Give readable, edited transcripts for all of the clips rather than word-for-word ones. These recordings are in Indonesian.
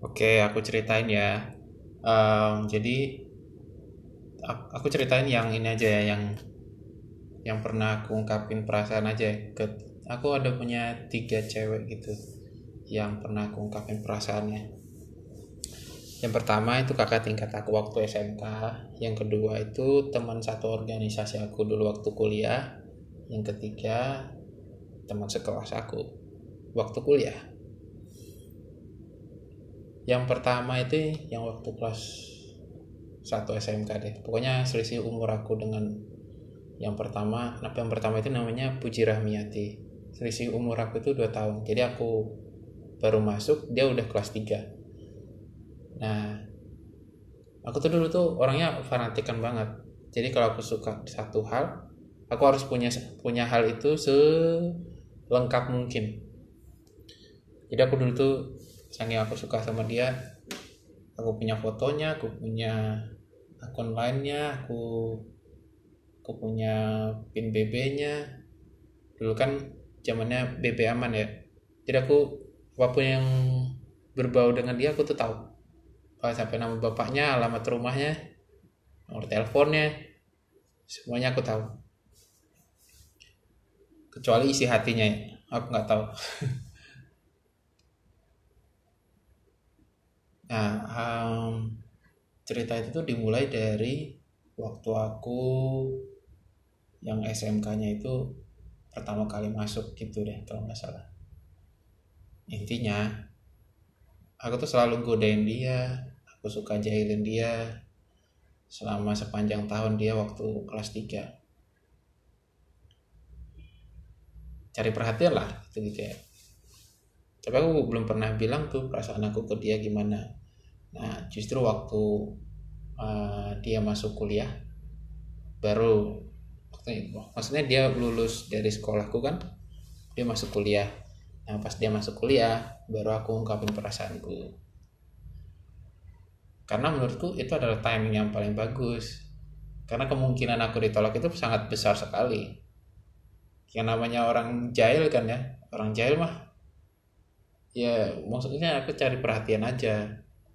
Oke, aku ceritain ya. Jadi aku ceritain yang ini aja ya, yang pernah aku ungkapin perasaan aja. Aku ada punya 3 cewek gitu, yang pernah aku ungkapin perasaannya. Yang pertama itu kakak tingkat aku waktu SMK. Yang kedua itu teman satu organisasi aku dulu waktu kuliah. Yang ketiga teman sekelas aku waktu kuliah. Yang pertama itu yang waktu kelas 1 SMK deh. Pokoknya selisih umur aku dengan yang pertama itu namanya Puji Rahmiati. Selisih umur aku itu 2 tahun. Jadi aku baru masuk, dia udah kelas 3. Nah, aku tuh dulu tuh orangnya fanatikan banget. Jadi kalau aku suka satu hal, aku harus punya punya hal itu selengkap mungkin. Jadi aku dulu tuh saking aku suka sama dia, aku punya fotonya, aku punya akun lainnya, aku punya pin BB-nya. Dulu kan zamannya BB aman ya. Jadi aku apapun yang berbau dengan dia aku tuh tahu. Sampai nama bapaknya, alamat rumahnya, nomor teleponnya, semuanya aku tahu. Kecuali isi hatinya ya, aku nggak tahu. Nah, cerita itu tuh dimulai dari waktu aku yang SMK-nya itu pertama kali masuk gitu deh kalau nggak salah. Intinya aku tuh selalu godain dia, aku suka jahilin dia selama sepanjang tahun dia waktu kelas 3. Cari perhatian lah gitu ya. Tapi aku belum pernah bilang tuh perasaan aku ke dia gimana. Nah, justru waktu dia masuk kuliah baru, maksudnya dia lulus dari sekolahku kan, dia masuk kuliah. Nah, pas dia masuk kuliah baru aku ungkapin perasaanku, karena menurutku itu adalah timing yang paling bagus, karena kemungkinan aku ditolak itu sangat besar sekali. Yang namanya orang jahil kan ya, orang jahil mah ya maksudnya aku cari perhatian aja.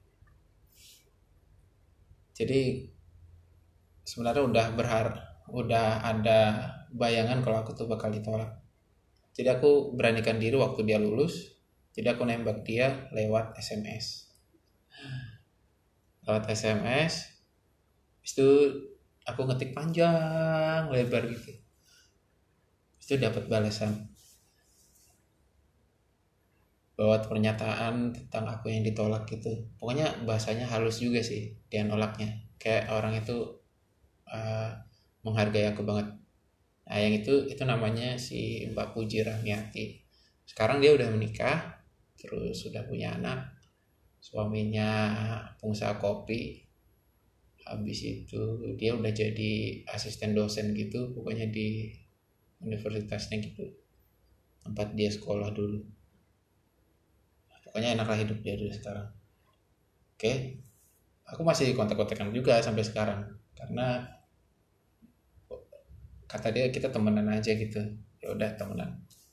Jadi sebenarnya udah ada bayangan kalau aku tuh bakal ditolak. Jadi aku beranikan diri waktu dia lulus. Jadi aku nembak dia lewat SMS. Lewat SMS, itu aku ngetik panjang lebar gitu. Itu dapat balasan bahwa pernyataan tentang aku yang ditolak gitu. Pokoknya bahasanya halus juga sih dia nolaknya. Kayak orang itu uh, menghargai aku banget. Nah, yang itu namanya si Mbak Puji Rahmiati. Sekarang dia udah menikah, terus sudah punya anak. Suaminya pengusaha kopi. Habis itu dia udah jadi asisten dosen gitu, pokoknya di universitasnya gitu. Tempat dia sekolah dulu. Pokoknya enak lah hidup dia dulu sekarang. Oke. Aku masih kontak-kontakan juga sampai sekarang. Karena kata dia kita temenan aja gitu. Ya udah temenan.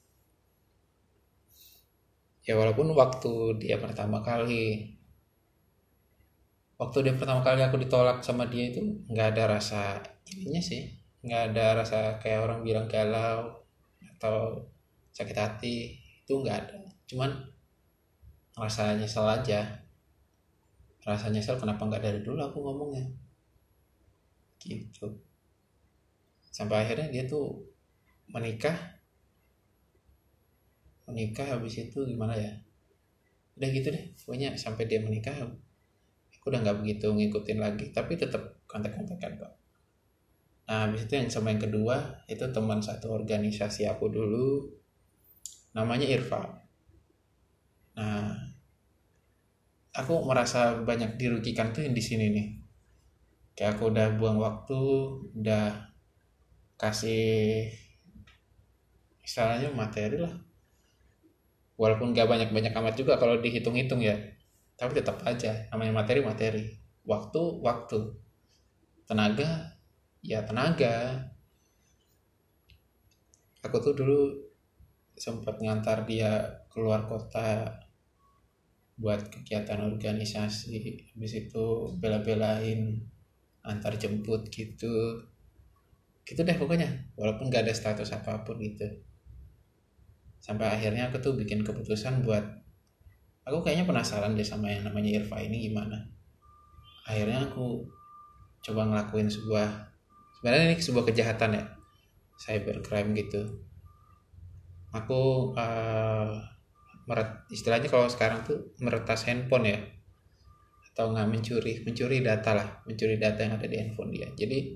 Ya walaupun waktu dia pertama kali aku ditolak sama dia itu nggak ada rasa ininya sih, nggak ada rasa kayak orang bilang galau atau sakit hati, itu nggak ada. Cuman rasa nyesel aja, rasa nyesel kenapa nggak dari dulu aku ngomongnya gitu. Sampai akhirnya dia tuh menikah menikah habis itu gimana ya, udah gitu deh pokoknya sampai dia menikah aku udah nggak begitu ngikutin lagi, tapi tetap kontak-kontakan kok. Nah, habis itu yang sama yang kedua itu teman satu organisasi aku dulu, namanya Irfan. Nah, aku merasa banyak dirugikan tuh di sini nih. Kayak aku udah buang waktu, udah kasih istilahnya materi lah. Walaupun gak banyak-banyak amat juga kalau dihitung-hitung ya. Tapi tetap aja namanya materi-materi. Waktu-waktu. Tenaga, ya tenaga. Aku tuh dulu sempat ngantar dia keluar kota buat kegiatan organisasi, habis itu bela-belain antar jemput gitu gitu deh pokoknya, walaupun gak ada status apapun gitu. Sampai akhirnya aku tuh bikin keputusan buat, aku kayaknya penasaran deh sama yang namanya Irfa ini gimana. Akhirnya aku coba ngelakuin sebenarnya ini sebuah kejahatan ya, cybercrime gitu. Aku istilahnya kalau sekarang tuh meretas handphone ya, atau nggak mencuri data lah, mencuri data yang ada di handphone dia. Jadi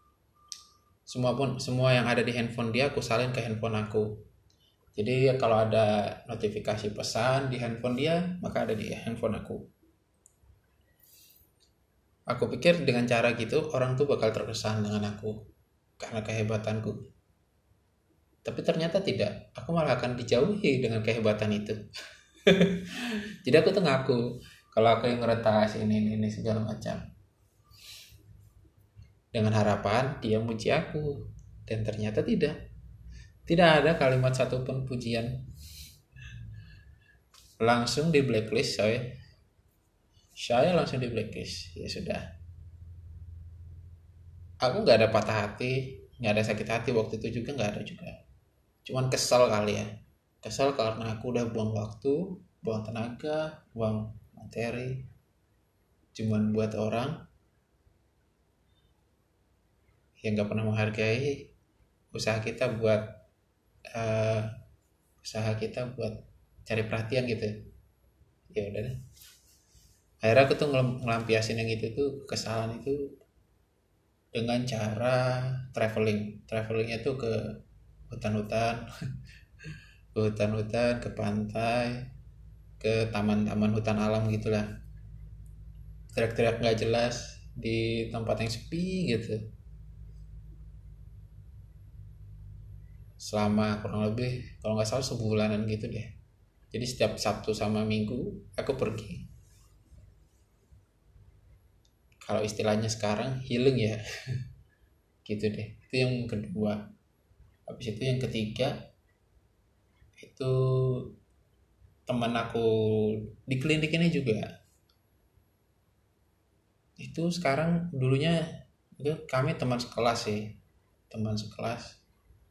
semua yang ada di handphone dia aku salin ke handphone aku. Jadi kalau ada notifikasi pesan di handphone dia, maka ada di handphone aku. Aku pikir dengan cara gitu orang tuh bakal terkesan dengan aku karena kehebatanku. Tapi ternyata tidak. Aku malah akan dijauhi dengan kehebatan itu. Jadi aku tuh ngaku kalau aku yang ngeretas ini segala macam, dengan harapan dia muji aku. Dan ternyata tidak ada kalimat satupun pujian. Langsung di blacklist saya langsung di blacklist. Ya sudah, aku nggak ada patah hati, nggak ada sakit hati waktu itu juga, nggak ada juga. Cuman kesel kali ya, kesel karena aku udah buang waktu, buang tenaga, buang materi cuman buat orang yang nggak pernah menghargai usaha kita buat cari perhatian gitu. Ya udah deh, akhirnya aku tuh ngelampiasin yang itu tuh, kesalahan itu, dengan cara travelingnya tuh ke hutan-hutan ke hutan-hutan, ke pantai, ke taman-taman hutan alam gitulah. Teriak-teriak nggak jelas di tempat yang sepi gitu selama kurang lebih kalau nggak salah sebulanan gitu deh. Jadi setiap Sabtu sama Minggu aku pergi. Kalau istilahnya sekarang healing ya. Gitu deh. Itu yang kedua. Habis itu yang ketiga, itu teman aku di klinik ini juga. Itu sekarang, dulunya itu kami teman sekelas sih. Teman sekelas.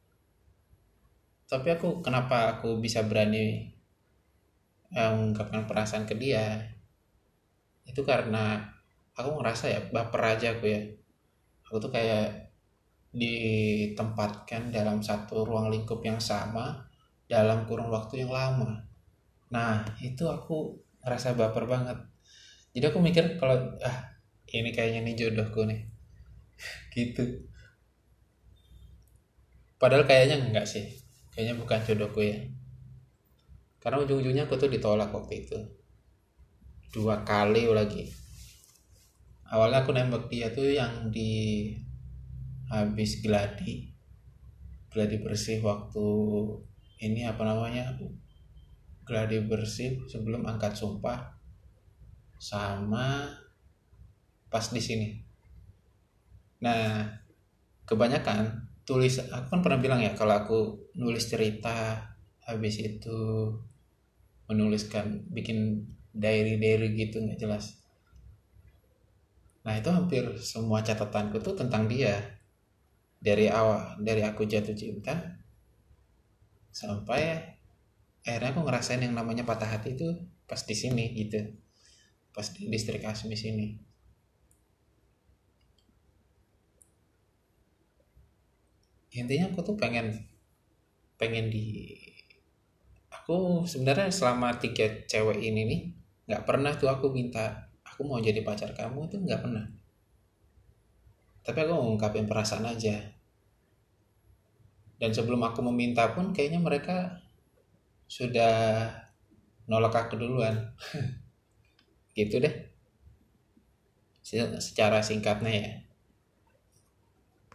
Tapi kenapa aku bisa berani mengungkapkan perasaan ke dia? Itu karena aku ngerasa ya baper aja aku ya. Aku tuh kayak ditempatkan dalam satu ruang lingkup yang sama dalam kurun waktu yang lama. Nah itu aku ngerasa baper banget. Jadi aku mikir kalau ini kayaknya nih jodohku nih gitu. Padahal kayaknya enggak sih, kayaknya bukan jodohku ya. Karena ujung-ujungnya aku tuh ditolak waktu itu 2 kali lagi. Awalnya aku nembak dia tuh yang di habis gladi bersih, waktu ini apa namanya, gladi bersih sebelum angkat sumpah, sama pas di sini. Nah kebanyakan aku kan pernah bilang ya kalau aku nulis cerita, habis itu menuliskan, bikin diary gitu nggak jelas. Nah itu hampir semua catatanku tuh tentang dia, dari aku jatuh cinta sampai akhirnya aku ngerasain yang namanya patah hati itu pas di sini gitu, pas di distrik Asmi sini. Intinya aku tuh pengen aku sebenarnya selama 3 cewek ini nih nggak pernah tuh aku minta aku mau jadi pacar kamu, tuh nggak pernah. Tapi aku mau ngungkapin perasaan aja. Dan sebelum aku meminta pun kayaknya mereka sudah nolak aku duluan. Gitu deh secara singkatnya ya.